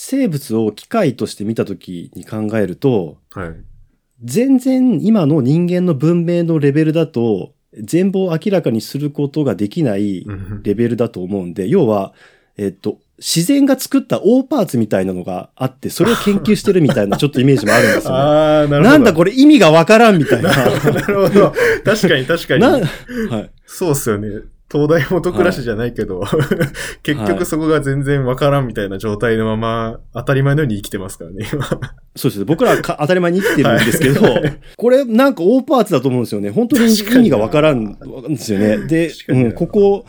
生物を機械として見たときに考えると、 はい。 全然今の人間の文明のレベルだと、全貌を明らかにすることができないレベルだと思うんで、要は、自然が作った大パーツみたいなのがあって、それを研究してるみたいなちょっとイメージもあるんですよね。 ああ、なるほど。 なんだこれ意味がわからんみたいな。 なるほど。確かに確かに。 はい。 そうっすよね。東大元暮らしじゃないけど、結局そこが全然わからんみたいな状態のまま当たり前のように生きてますからね、今。 そうですね。僕らは当たり前に生きてるんですけど、これなんか大パーツだと思うんですよね。本当に意味がわからんですよね。で、ここ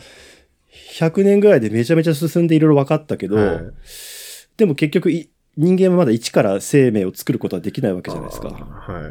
100年ぐらいでめちゃめちゃ進んでいろいろ分かったけど、でも結局人間はまだ一から生命を作ることはできないわけじゃないですか。 はい。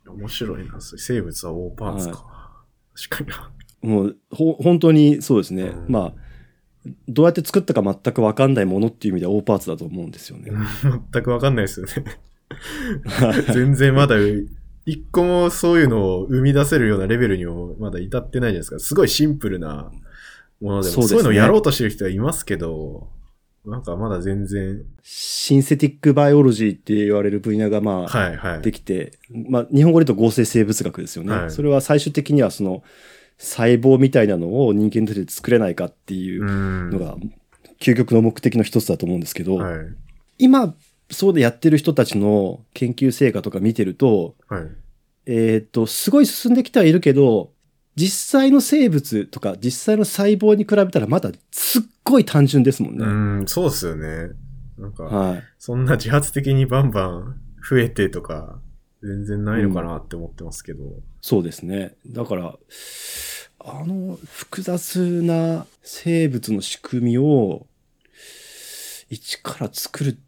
面白いな。生物は大パーツか。確かに。 もう本当にそうですね。まあ、どうやって作ったか全く分かんないものっていう意味では大パーツだと思うんですよね。 全く分かんないですよね。全然まだ一個もそういうのを生み出せるようなレベルにもまだ至ってないじゃないですか。すごいシンプルなものでも、そういうのをやろうとしてる人はいますけど、なんかまだ全然。 シンセティックバイオロジーって言われる分野がまあ、できて、まあ日本語で言うと合成生物学ですよね。それは最終的にはその細胞みたいなのを人間として作れないかっていうのが究極の目的の一つだと思うんですけど、今そうでやってる人たちの研究成果とか見てると、すごい進んできてはいるけど、実際の生物とか実際の細胞に比べたらまだすっごい単純ですもんね。 そうですよね。なんか、そんな自発的にバンバン増えてとか全然ないのかなって思ってますけど。 そうですね。だから、複雑な生物の仕組みを一から作るって、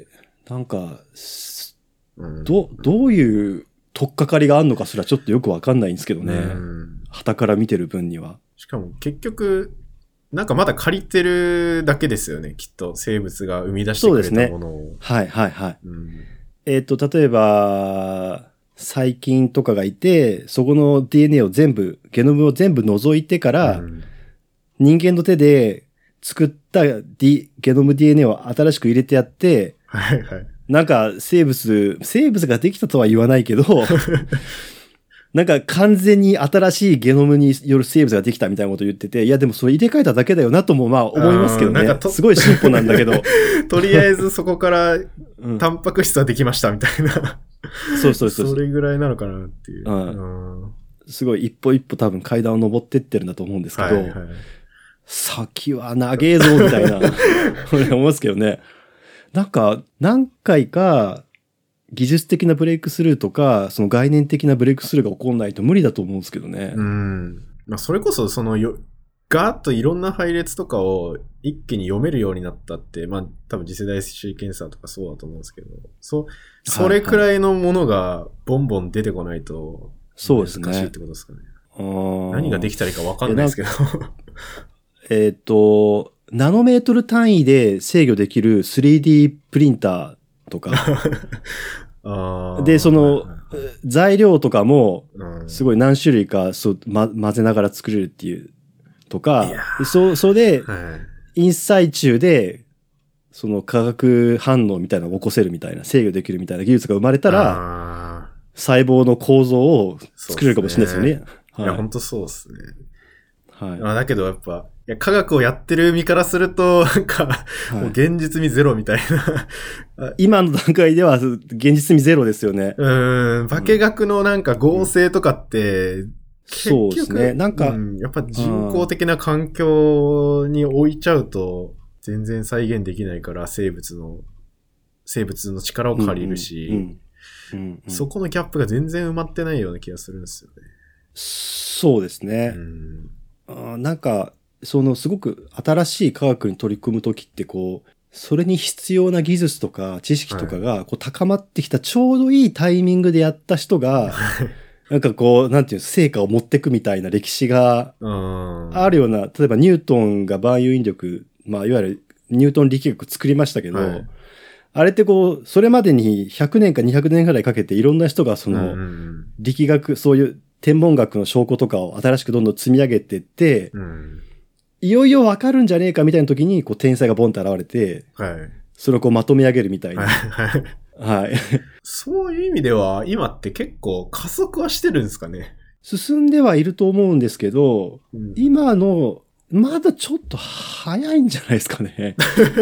なんか、どういう取っかかりがあるのかすらちょっとよくわかんないんですけどね。傍から見てる分には。 しかも結局、なんかまだ借りてるだけですよね、きっと。生物が生み出してくれたものを。 そうですね。はいはいはい。例えば、細菌とかがいて、そこの DNA を全部、ゲノムを全部除いてから、人間の手で作った、ゲノム DNA を新しく入れてやって、なんか生物ができたとは言わないけど、なんか完全に新しいゲノムによる生物ができたみたいなことを言ってて、いやでもそれ入れ替えただけだよなともまあ思いますけどね。すごい進歩なんだけど。 とりあえずそこからタンパク質はできましたみたいな。 そう。 それぐらいなのかなっていう。 すごい一歩一歩多分階段を登ってってるんだと思うんですけど、先は長えぞみたいな思いますけどね。なんか何回か技術的なブレイクスルーとか、その概念的なブレイクスルーが起こんないと無理だと思うんですけどね。 まあそれこそガーッといろんな配列とかを一気に読めるようになったって、まあ多分次世代シーケンサーとかそうだと思うんですけど、それくらいのものがボンボン出てこないと難しいってことですかね。何ができたらいいか分かんないですけど。ナノメートル単位で制御できる 3D プリンターとか。で、その、材料とかも、すごい何種類か混ぜながら作れるっていうとか、それで、インサイチューで、その化学反応みたいなのを起こせるみたいな、制御できるみたいな技術が生まれたら、細胞の構造を作れるかもしれないですよね。 いや、本当そうですね。 はい。 だけどやっぱ、科学をやってる身からすると、なんか、もう現実味ゼロみたいな。 今の段階では現実味ゼロですよね。 化学のなんか合成とかって、 そうですね。なんか、 やっぱ人工的な環境に置いちゃうと、全然再現できないから、生物の力を借りるし、そこのギャップが全然埋まってないような気がするんですよね。 そうですね。なんか、すごく新しい科学に取り組むときってそれに必要な技術とか知識とかが高まってきたちょうどいいタイミングでやった人が、なんかなんていう成果を持っていくみたいな歴史があるような、例えばニュートンが万有引力、まあいわゆるニュートン力学作りましたけど、あれってそれまでに100年か200年ぐらいかけていろんな人が力学、そういう天文学の証拠とかを新しくどんどん積み上げていって、いよいよわかるんじゃねえかみたいな時に天才がボンと現れて、 それをこうまとめ上げるみたいな。 はい。 はい。 そういう意味では、今って結構加速はしてるんですかね。 進んではいると思うんですけど、 うん、 今の、まだちょっと早いんじゃないですかね。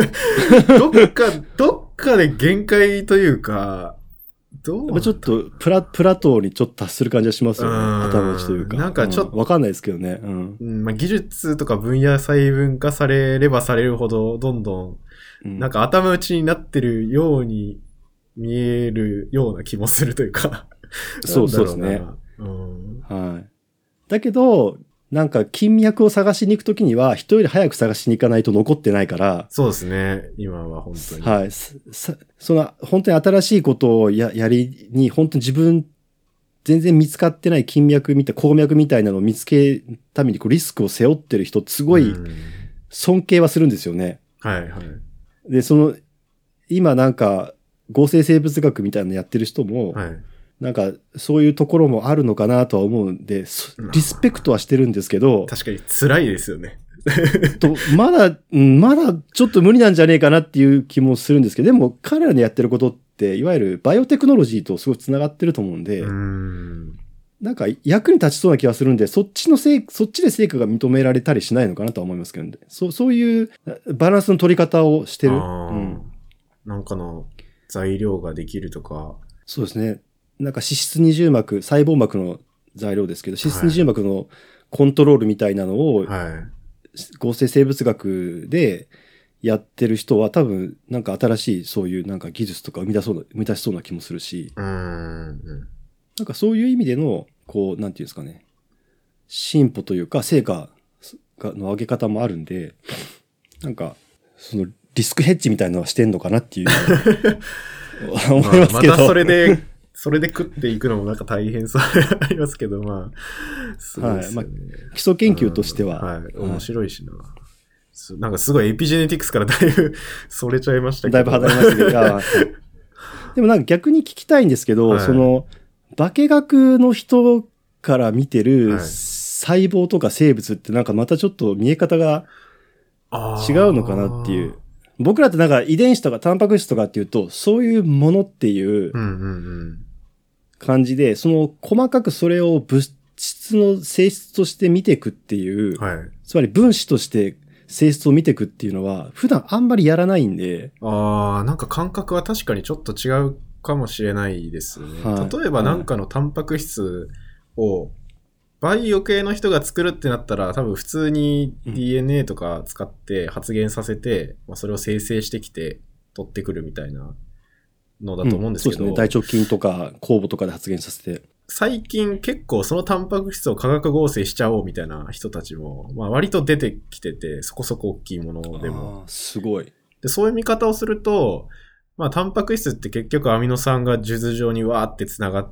どっかで限界というか、どうちょっとプラトーにちょっと達する感じがしますよね。頭打ちというか。 なんかちょっと、 わかんないですけどね。 まあ、技術とか分野細分化されればされるほど、どんどん、なんか頭打ちになってるように見えるような気もするというか。 そうですね。はい。だけど、なんか金脈を探しに行くときには、人より早く探しに行かないと残ってないから。 そうですね。今は本当に。 はい。その、本当に新しいことをやりに、本当に自分、全然見つかってない金脈鉱脈みたいなのを見つけるためにリスクを背負ってる人、すごい尊敬はするんですよね。 はいはい。 で、今なんか、合成生物学みたいなのやってる人も、はい、なんか、そういうところもあるのかなとは思うんで、リスペクトはしてるんですけど。 確かに辛いですよね。 まだちょっと無理なんじゃねえかなっていう気もするんですけど、でも彼らのやってることって、いわゆるバイオテクノロジーとすごい繋がってると思うんで、なんか役に立ちそうな気がするんで、そっちで成果が認められたりしないのかなとは思いますけど、ね、そういうバランスの取り方をしてる。 なんかの材料ができるとか。 そうですね。なんか脂質二重膜、細胞膜の材料ですけど、脂質二重膜のコントロールみたいなのを、合成生物学でやってる人は多分なんか新しいそういうなんか技術とか生み出しそうな気もするし、なんかそういう意味での、こう、なんていうんですかね、進歩というか成果の上げ方もあるんで、なんか、そのリスクヘッジみたいなのはしてんのかなっていう思いますけど。 またそれで食っていくのもなんか大変そうありますけど、まあ、すごいですよね。 基礎研究としては。 はい。面白いしな。なんかすごいエピジェネティクスからだいぶそれちゃいましたけど。 だいぶ離れましたけど。でもなんか逆に聞きたいんですけど、その、化学の人から見てる細胞とか生物ってなんかまたちょっと見え方が違うのかなっていう。僕らってなんか遺伝子とかタンパク質とかっていうと、そういうものっていう感じで、その細かくそれを物質の性質として見ていくっていう、つまり分子として性質を見ていくっていうのは、普段あんまりやらないんで。 なんか感覚は確かにちょっと違うかもしれないですね。例えばなんかのタンパク質を、バイオ系の人が作るってなったら多分普通に DNA とか使って発現させて、それを生成してきて取ってくるみたいなのだと思うんですけど、 そうですね。大腸菌とか酵母とかで発現させて。 最近結構そのタンパク質を化学合成しちゃおうみたいな人たちも、割と出てきてて、そこそこ大きいものでも。 すごい。 で、そういう見方をすると、タンパク質って結局アミノ酸が数珠状にわーって繋がって、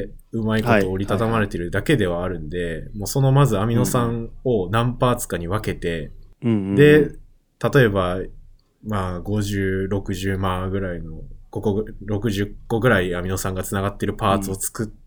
うまいこと折りたたまれてるだけではあるんで、もうそのまずアミノ酸を何パーツかに分けて、で、例えば、50、60ぐらいの、60個ぐらいアミノ酸が繋がってるパーツを作って、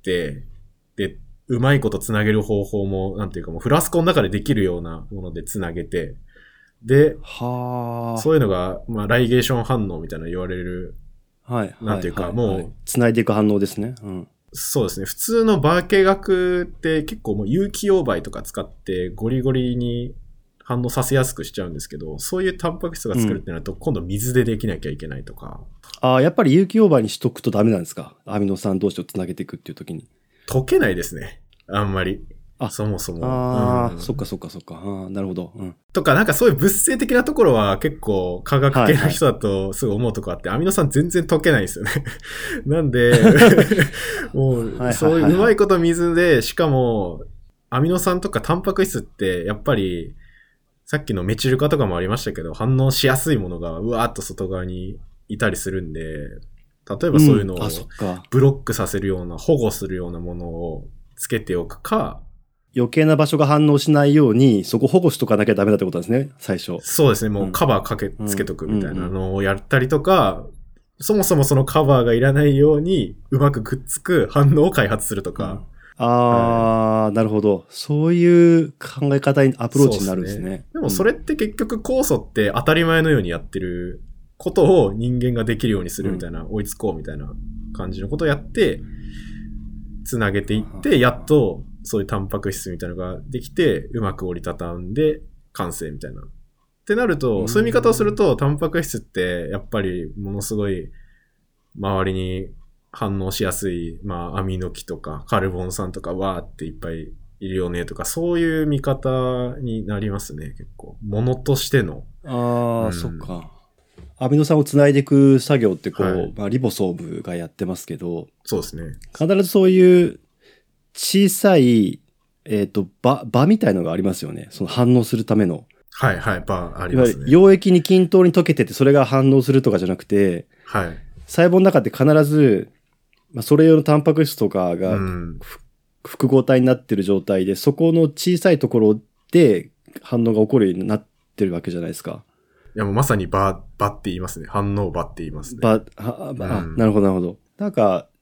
で、うまいこと繋げる方法も、なんていうかもうフラスコの中でできるようなもので繋げて、で、そういうのが、ライゲーション反応みたいな言われる。なんていうか、もう。 繋いでいく反応ですね。 そうですね。普通の化学って結構もう有機溶媒とか使ってゴリゴリに反応させやすくしちゃうんですけど、そういうタンパク質が作るってなると、今度水でできなきゃいけないとか。 やっぱり有機溶媒にしとくとダメなんですか？アミノ酸同士を繋げていくっていう時に。 溶けないですね。あんまり。そもそも。 そっか。なるほど。 とか、なんかそういう物性的なところは結構科学系の人だとすぐ思うとこあって、アミノ酸全然溶けないんですよね。なんで、もう、そういううまいこと水で、しかも、アミノ酸とかタンパク質って、やっぱり、さっきのメチル化とかもありましたけど、反応しやすいものがうわーっと外側にいたりするんで、例えばそういうのをブロックさせるような、保護するようなものをつけておくか、 余計な場所が反応しないように、そこ保護しとかなきゃダメだってことですね、最初。 そうですね、もうカバーつけとくみたいなのをやったりとか、そもそもそのカバーがいらないように、うまくくっつく反応を開発するとか。 なるほど。そういう考え方にアプローチになるんですね。 でもそれって結局酵素って当たり前のようにやってることを人間ができるようにするみたいな、追いつこうみたいな感じのことをやって、つなげていって、やっとそういうタンパク質みたいなのができて、うまく折りたたんで完成みたいな。ってなると、そういう見方をすると、タンパク質ってやっぱりものすごい周りに反応しやすい、まあアミノ基とかカルボン酸とかわーっていっぱいいるよねとか、そういう見方になりますね、結構。ものとしての。 そっか。アミノ酸をつないでいく作業ってはいリボソームがやってますけど、 そうですね。 必ずそういう小さい、場みたいのがありますよね。その反応するための。 はいはい、ありいわますね。 ゆる溶液に均等に溶けてて、それが反応するとかじゃなくて、 はい。 細胞の中って必ず、それ用のタンパク質とかが複合体になってる状態で、そこの小さいところで反応が起こるようになってるわけじゃないですか。 いやもうまさに場って言いますね。反応場って言いますね。 なるほどなるほど。だ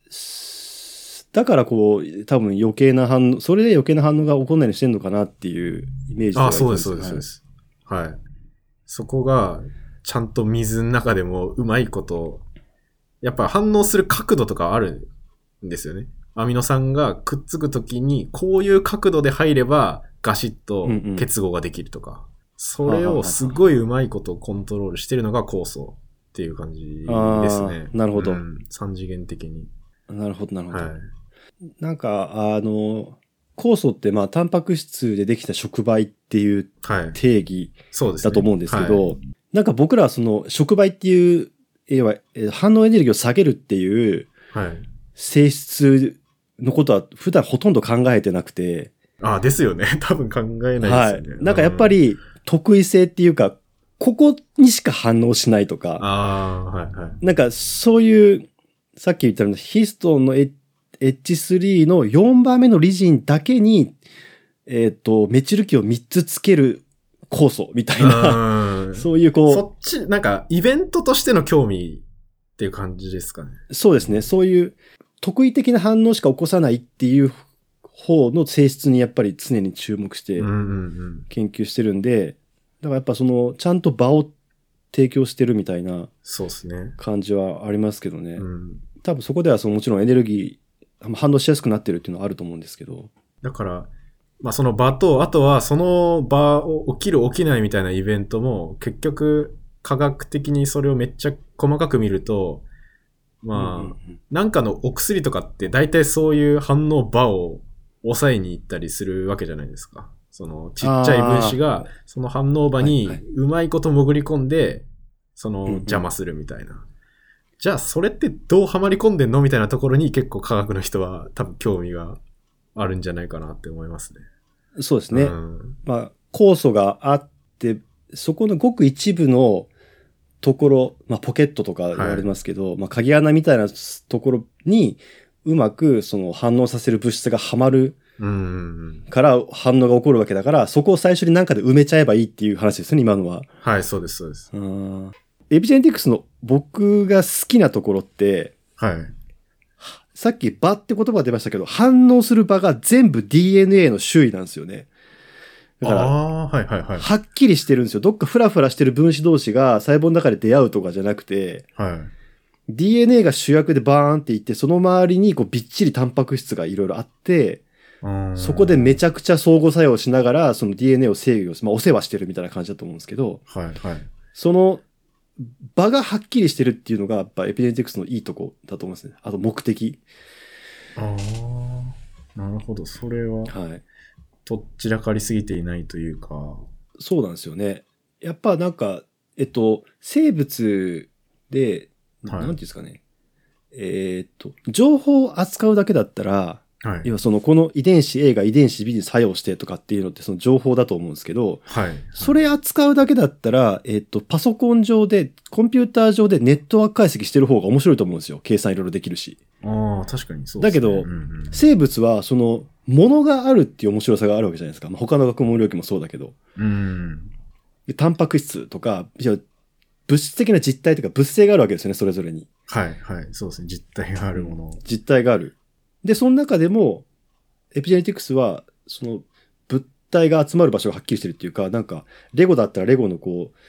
から多分余計な反応、それで余計な反応が起こんないようにしてんのかなっていうイメージではあります。 そうです、そうです。はい。そこが、ちゃんと水の中でもうまいこと、やっぱ反応する角度とかあるんですよね。アミノ酸がくっつくときに、こういう角度で入れば、ガシッと結合ができるとか、それをすごいうまいことコントロールしてるのが酵素っていう感じですね。 なるほど。 三次元的に。 なるほど、なるほど。 はい、 なんか、酵素ってタンパク質でできた触媒っていう定義だと思うんですけど、なんか僕らはその触媒っていう、反応エネルギーを下げるっていう性質のことは普段ほとんど考えてなくて。 ですよね。多分考えないですよね。 はい。なんかやっぱり特異性っていうか、ここにしか反応しないとか。 はいはい。 なんかそういう、さっき言ったようなヒストンのH3 の4番目のリジンだけに、メチル基を3つつける酵素みたいな、そういうそっち、なんかイベントとしての興味っていう感じですかね。 そうですね。そういう特異的な反応しか起こさないっていう方の性質にやっぱり常に注目して研究してるんで、だからやっぱちゃんと場を提供してるみたいな感じはありますけどね。多分そこではもちろんエネルギー反応しやすくなってるっていうのはあると思うんですけど。 だから、その場と、あとはその場を起きる起きないみたいなイベントも結局科学的にそれをめっちゃ細かく見ると、なんかのお薬とかって大体そういう反応場を抑えに行ったりするわけじゃないですか。そのちっちゃい分子がその反応場にうまいこと潜り込んで、その邪魔するみたいな。じゃあそれってどうはまり込んでんのみたいなところに結構科学の人は多分興味があるんじゃないかなって思いますね。 そうですね。酵素があって、そこのごく一部のところ、ポケットとか言われますけど、鍵穴みたいなところにうまくその反応させる物質がはまるから反応が起こるわけだから、そこを最初に何かで埋めちゃえばいいっていう話ですね、今のは。 はい、そうです、そうです。 エピジェネティクスの僕が好きなところって、さっき場って言葉出ましたけど、反応する場が全部 DNA の周囲なんですよね。だから、はっきりしてるんですよ。どっかフラフラしてる分子同士が細胞の中で出会うとかじゃなくて、DNA が主役でバーンっていって、その周りにびっちりタンパク質がいろいろあって、そこでめちゃくちゃ相互作用しながら、その DNA を制御お世話してるみたいな感じだと思うんですけど、その場がはっきりしてるっていうのが、やっぱエピジェネティクスのいいとこだと思いますね。あと目的。 なるほど。それは、とっちらかりすぎていないというか。 そうなんですよね。やっぱなんか、生物で、なんていうんですかね。情報を扱うだけだったら、要はこの遺伝子 A が遺伝子 B に作用してとかっていうのってその情報だと思うんですけど、それ扱うだけだったら、パソコン上で、コンピューター上でネットワーク解析してる方が面白いと思うんですよ。計算いろいろできるし。 確かにそうですね。 だけど、生物はものがあるっていう面白さがあるわけじゃないですか。他の学問領域もそうだけど。タンパク質とか、物質的な実体とか物性があるわけですよね、それぞれに。 そうですね。実体があるもの。 実体がある。で、その中でも、エピジェネティクスは、物体が集まる場所がはっきりしてるっていうか、なんか、レゴだったらレゴの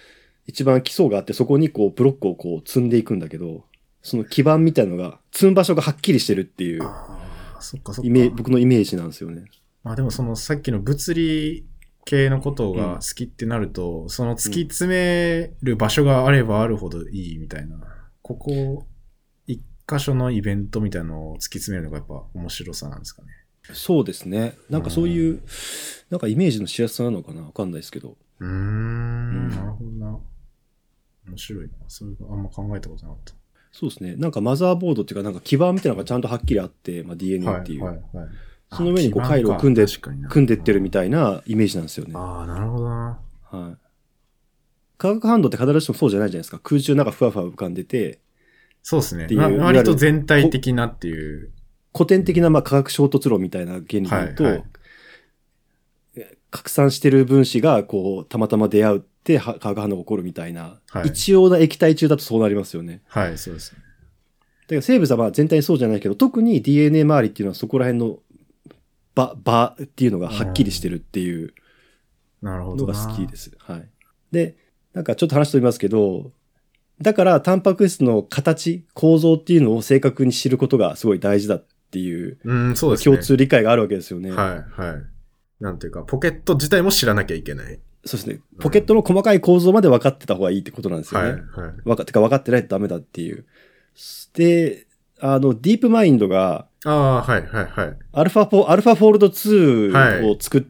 一番基礎があって、そこにこうブロックをこう積んでいくんだけど、その基盤みたいなのが、積む場所がはっきりしてるっていう、 そっかそっか。 僕のイメージなんですよね。 まあでもそのさっきの物理系のことが好きってなると、その突き詰める場所があればあるほどいいみたいな。ここ、一箇所のイベントみたいなのを突き詰めるのがやっぱ面白さなんですかね。 そうですね。なんかそういう、なんかイメージのしやすさなのかなわかんないですけど。 なるほどな。面白いな。それがあんま考えたことなかった。 そうですね。なんかマザーボードっていうか、なんか基盤みたいなのがちゃんとはっきりあって、まあ、DNA っていう。 はいはいはい。 その上にこう回路を組んでってるみたいなイメージなんですよね。 ああ、なるほどな。 はい。化学反応って必ずしもそうじゃないじゃないですか。空中なんかふわふわ浮かんでて。 そうですね。割と全体的なっていう。 古典的なまあ化学衝突論みたいな原理だと、はいはい、拡散してる分子がこうたまたま出会うって化学反応が起こるみたいな、はい、一応な液体中だとそうなりますよね。 はい、そうですね。 だから生物はまあ全体にそうじゃないけど、特に DNA 周りっていうのはそこら辺の場っていうのがはっきりしてるっていうのが好きです。はい。で、なんかちょっと話しておりますけど、だからタンパク質の形、構造っていうのを正確に知ることがすごい大事だっていう、 そうですね、 共通理解があるわけですよね。 はい、はい。なんていうか、ポケット自体も知らなきゃいけない。 そうですね。ポケットの細かい構造まで分かってた方がいいってことなんですよね。はい、はい。分かってないとダメだっていう。で、ディープマインドが、 はい、はい、はい。 アルファフォールド2を作って、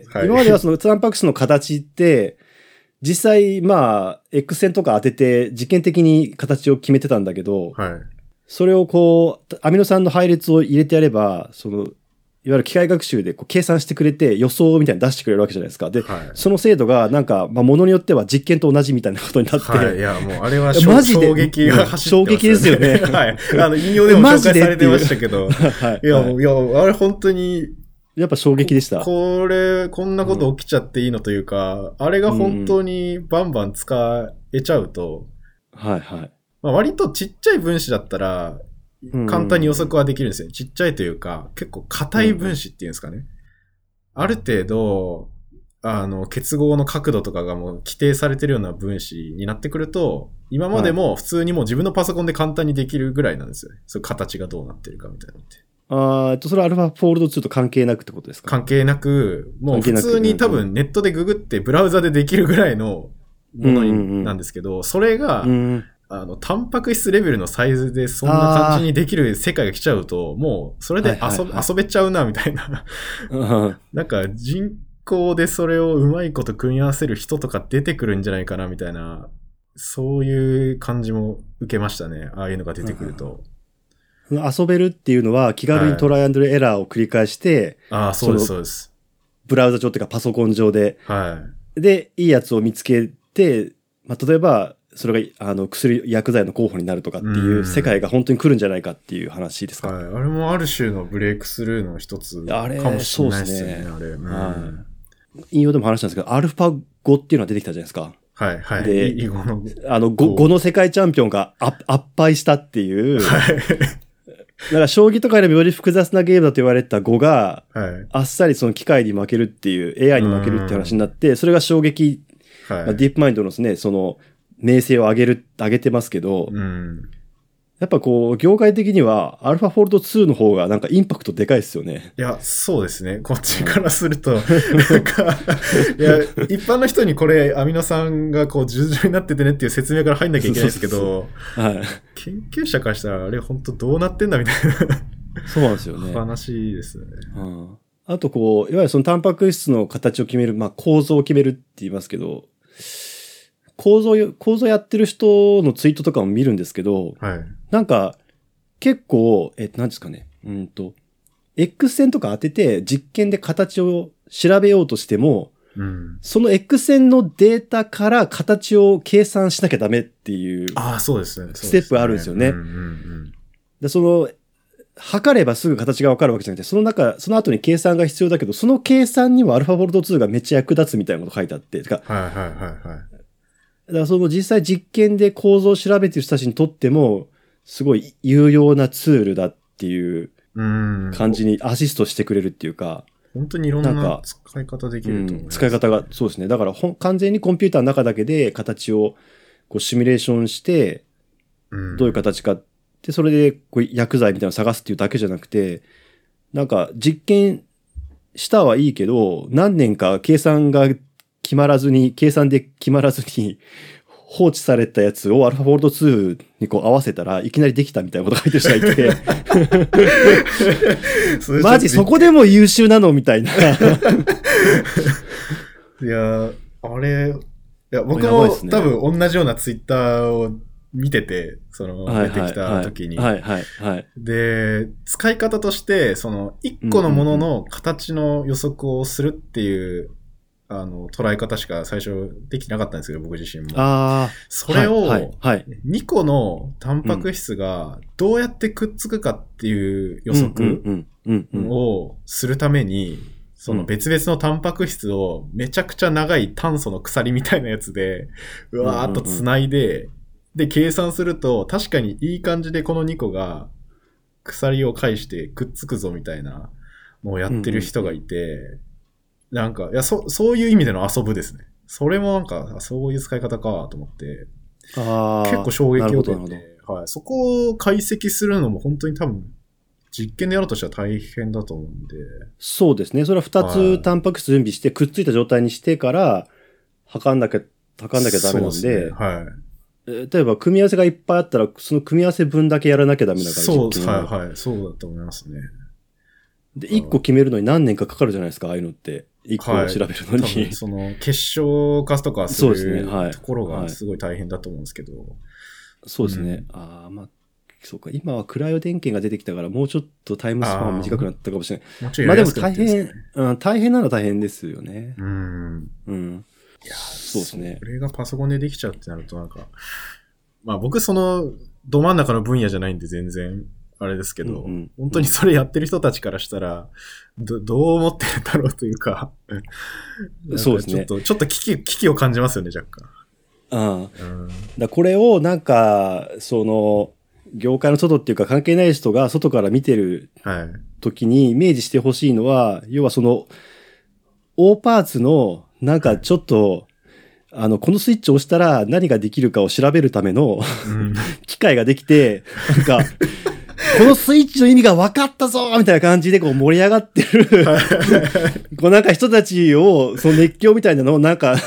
はい、今まではそのタンパク質の形って、実際、まあ、X 線とか当てて実験的に形を決めてたんだけど、はい、それをこう、アミノ酸の配列を入れてやれば、その、いわゆる機械学習でこう計算してくれて予想みたいに出してくれるわけじゃないですか。で、はい、その精度がなんか、まあ、ものによっては実験と同じみたいなことになって。 はい、いや、もうあれはマジで衝撃が走ってます、ね。 衝撃ですよね。 はい。引用でも紹介されてましたけど。はい。いや、あれ本当に、 やっぱ衝撃でした。 こんなこと起きちゃっていいのというか、あれが本当にバンバン使えちゃうと、 はいはい。 まあ、割とちっちゃい分子だったら、簡単に予測はできるんですよ。ちっちゃいというか、結構硬い分子っていうんですかね。ある程度、結合の角度とかがもう規定されてるような分子になってくると、今までも普通にもう自分のパソコンで簡単にできるぐらいなんですよね。そういう形がどうなってるかみたいなのって。 それはアルファフォールド2と関係なくってことですか？ 関係なく、もう普通に多分ネットでググってブラウザでできるぐらいのものなんですけど、それが、タンパク質レベルのサイズでそんな感じにできる世界が来ちゃうと、もうそれで遊べちゃうなみたいな。なんか人工でそれをうまいこと組み合わせる人とか出てくるんじゃないかなみたいな、そういう感じも受けましたね。ああいうのが出てくると。 遊べるっていうのは気軽にトライアンドルエラーを繰り返して、 そうです、そうです。 ブラウザ上っていうかパソコン上で、で、いいやつを見つけて、まあ、例えば、それが、薬剤の候補になるとかっていう世界が本当に来るんじゃないかっていう話ですか。 はい。あれもある種のブレイクスルーの一つかもしれないですよね。あれ。 引用でも話したんですけど、アルファ5っていうのが出てきたじゃないですか。 はい、はい。 で、5の世界チャンピオンが圧敗したっていう。はい。だから将棋とかよりもより複雑なゲームだと言われた5が、あっさりその機械に負けるっていう、AI に負けるっていう話になって、それが衝撃、ディープマインドのですね、その、名声を上げてますけど、やっぱこう、業界的には、アルファフォールド2の方がなんかインパクトでかいですよね。 いや、そうですね。こっちからすると、なんか、いや、一般の人にこれ、アミノ酸がこう、十々になっててねっていう説明から入んなきゃいけないですけど、研究者からしたら、あれ本当どうなってんだみたいな。 そうなんですよね。 話ですよね。 あとこう、いわゆるそのタンパク質の形を決める、まあ構造を決めるって言いますけど、構造やってる人のツイートとかも見るんですけど、なんか結構、何ですかね、X 線とか当てて実験で形を調べようとしても、その X 線のデータから形を計算しなきゃダメっていうそうですね。 ステップがあるんですよね。で、測ればすぐ形がわかるわけじゃなくて、その後に計算が必要だけど、その計算にもアルファフォールド2がめっちゃ役立つみたいなこと書いてあって、だからその実際実験で構造を調べてる人たちにとっても、すごい有用なツールだっていう感じにアシストしてくれるっていうか。 本当にいろんな使い方できると思います。 使い方が、そうですね。だから完全にコンピューターの中だけで形をこうシミュレーションして、どういう形かって、それでこう薬剤みたいなのを探すっていうだけじゃなくて、なんか実験したはいいけど、何年か計算で決まらずに放置されたやつをアルファフォールド2にこう合わせたらいきなりできたみたいなことが書いてる人がいて、マジそこでも優秀なのみたいな。いや、あれ、いや僕も、ね、多分同じようなツイッターを見てて、その出てきた時に。で、使い方として、その一個のものの形の予測をするっていう、捉え方しか最初できなかったんですけど、僕自身も。それを、2個のタンパク質がどうやってくっつくかっていう予測をするために、その別々のタンパク質をめちゃくちゃ長い炭素の鎖みたいなやつで、うわーっと繋いで、で、計算すると、確かにいい感じでこの2個が鎖を介してくっつくぞみたいなのをやってる人がいて、なんか、いや、そういう意味での遊ぶですね。それもなんか、そういう使い方かと思って、結構衝撃を受けて、はい、そこを解析するのも本当に多分、実験でやろうとしたら大変だと思うんで。 そうですね。それは2つタンパク質準備して、くっついた状態にしてから、測んなきゃダメなんで、 はい。 例えば、組み合わせがいっぱいあったら、その組み合わせ分だけやらなきゃダメだから。 そう、はい。そうだと思いますね。 で、1個決めるのに何年かかかるじゃないですか、ああいうのって。1個を調べるのに。 多分その、結晶化とかするところがすごい大変だと思うんですけど。 そうですね。そうか。今はクライオ電源が出てきたから、もうちょっとタイムスパン短くなったかもしれない。まあでも大変なのは大変ですよね。 いや、 そうですね。 これがパソコンでできちゃうってなるとなんか、まあ僕その、ど真ん中の分野じゃないんで全然、あれですけど、本当にそれやってる人たちからしたら、どう思ってるんだろうというか、 そうですね。 ちょっと危機を感じますよね、若干。 だこれをなんか、その、業界の外っていうか関係ない人が外から見てる時にイメージしてほしいのは、要はその、大パーツのなんかちょっと、このスイッチを押したら何ができるかを調べるための、機械ができて、なんか、このスイッチの意味が分かったぞみたいな感じでこう盛り上がってるこうなんか人たちを、その熱狂みたいなのをなんか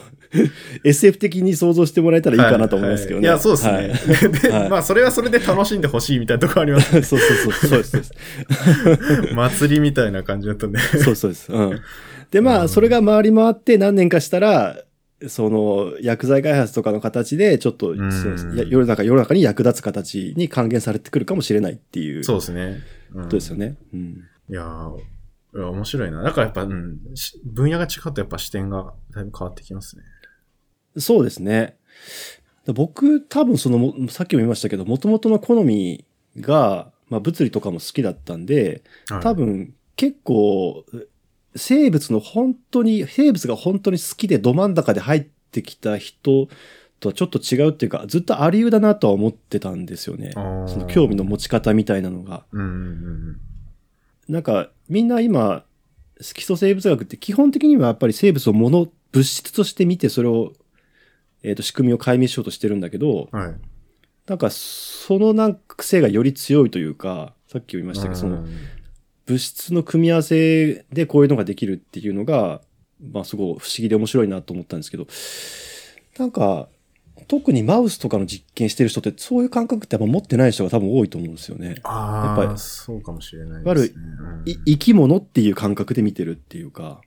SF 的に想像してもらえたらいいかなと思いますけどね。 いや、そうですね。まあ、それはそれで楽しんでほしいみたいなところありますね。 そうです。 祭りみたいな感じだったね。 そうです。で、まあ、それが回り回って何年かしたら、その薬剤開発とかの形でちょっと世の中に役立つ形に還元されてくるかもしれないっていう。 そうですね。 ことですよね。 いや面白いな。だからやっぱ、分野が違うとやっぱ視点がだいぶ変わってきますね。 そうですね。僕多分そのさっきも言いましたけど、元々の好みが、まあ、物理とかも好きだったんで、多分結構生物が本当に好きでど真ん中で入ってきた人とはちょっと違うっていうか、ずっとあり得だなとは思ってたんですよね。その興味の持ち方みたいなのが。なんかみんな今基礎生物学って基本的にはやっぱり生物を物質として見てそれを、仕組みを解明しようとしてるんだけど、なんかそのなんか癖がより強いというか、さっき言いましたけど、その物質の組み合わせでこういうのができるっていうのが、まあすごい不思議で面白いなと思ったんですけど、なんか特にマウスとかの実験してる人ってそういう感覚ってやっぱ持ってない人が多分多いと思うんですよね。 やっぱりそうかもしれないですね。 生き物っていう感覚で見てるっていうか、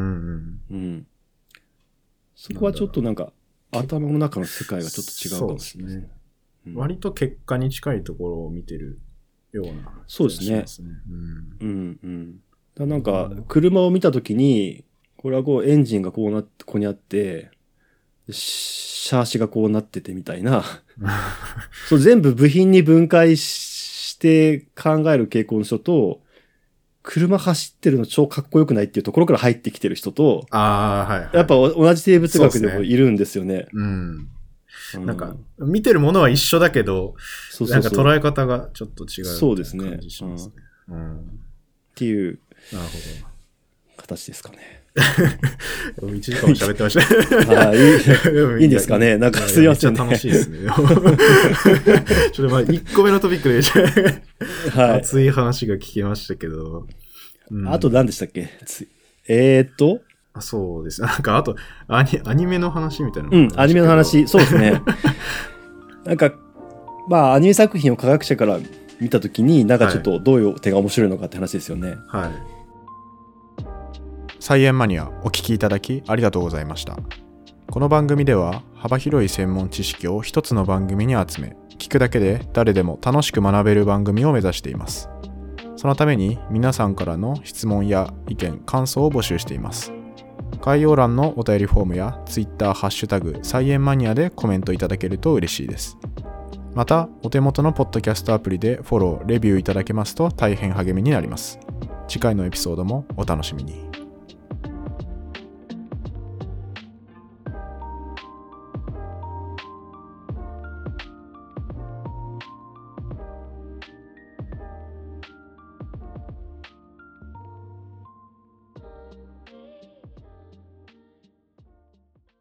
そこはちょっとなんか頭の中の世界がちょっと違うかもしれないですね。 割と結果に近いところを見てるような。 そうですね。なんか車を見たときに、これはこうエンジンがここにあって、シャーシがこうなっててみたいなそう全部部品に分解して考える傾向の人と、車走ってるの超かっこよくないっていうところから入ってきてる人と、やっぱ同じ生物学でもいるんですよね。 なんか見てるものは一緒だけど、なんか捉え方がちょっと違う。 そうですね。 感じしますね。 っていう。 なるほ形ですかね。 1時間も喋ってましたいいんですかね。なんかすいませんね。 楽しいですね。ちょっとまあ1個目のトピックではい、熱い話が聞けましたけど。 あと何でしたっけ？ そうです。なんかあとアニメの話みたいな。 アニメの話、そうですね。なんか、まあアニメ作品を科学者から見たときに、なんかちょっとどういう点が面白いのかって話ですよね。 はい。サイエンマニアお聞きいただきありがとうございました。この番組では幅広い専門知識を一つの番組に集め、聞くだけで誰でも楽しく学べる番組を目指しています。そのために皆さんからの質問や意見、感想を募集しています。概要欄のお便りフォームや Twitter ハッシュタグサイエンマニアでコメントいただけると嬉しいです。またお手元のポッドキャストアプリでフォロー、レビューいただけますと大変励みになります。次回のエピソードもお楽しみに。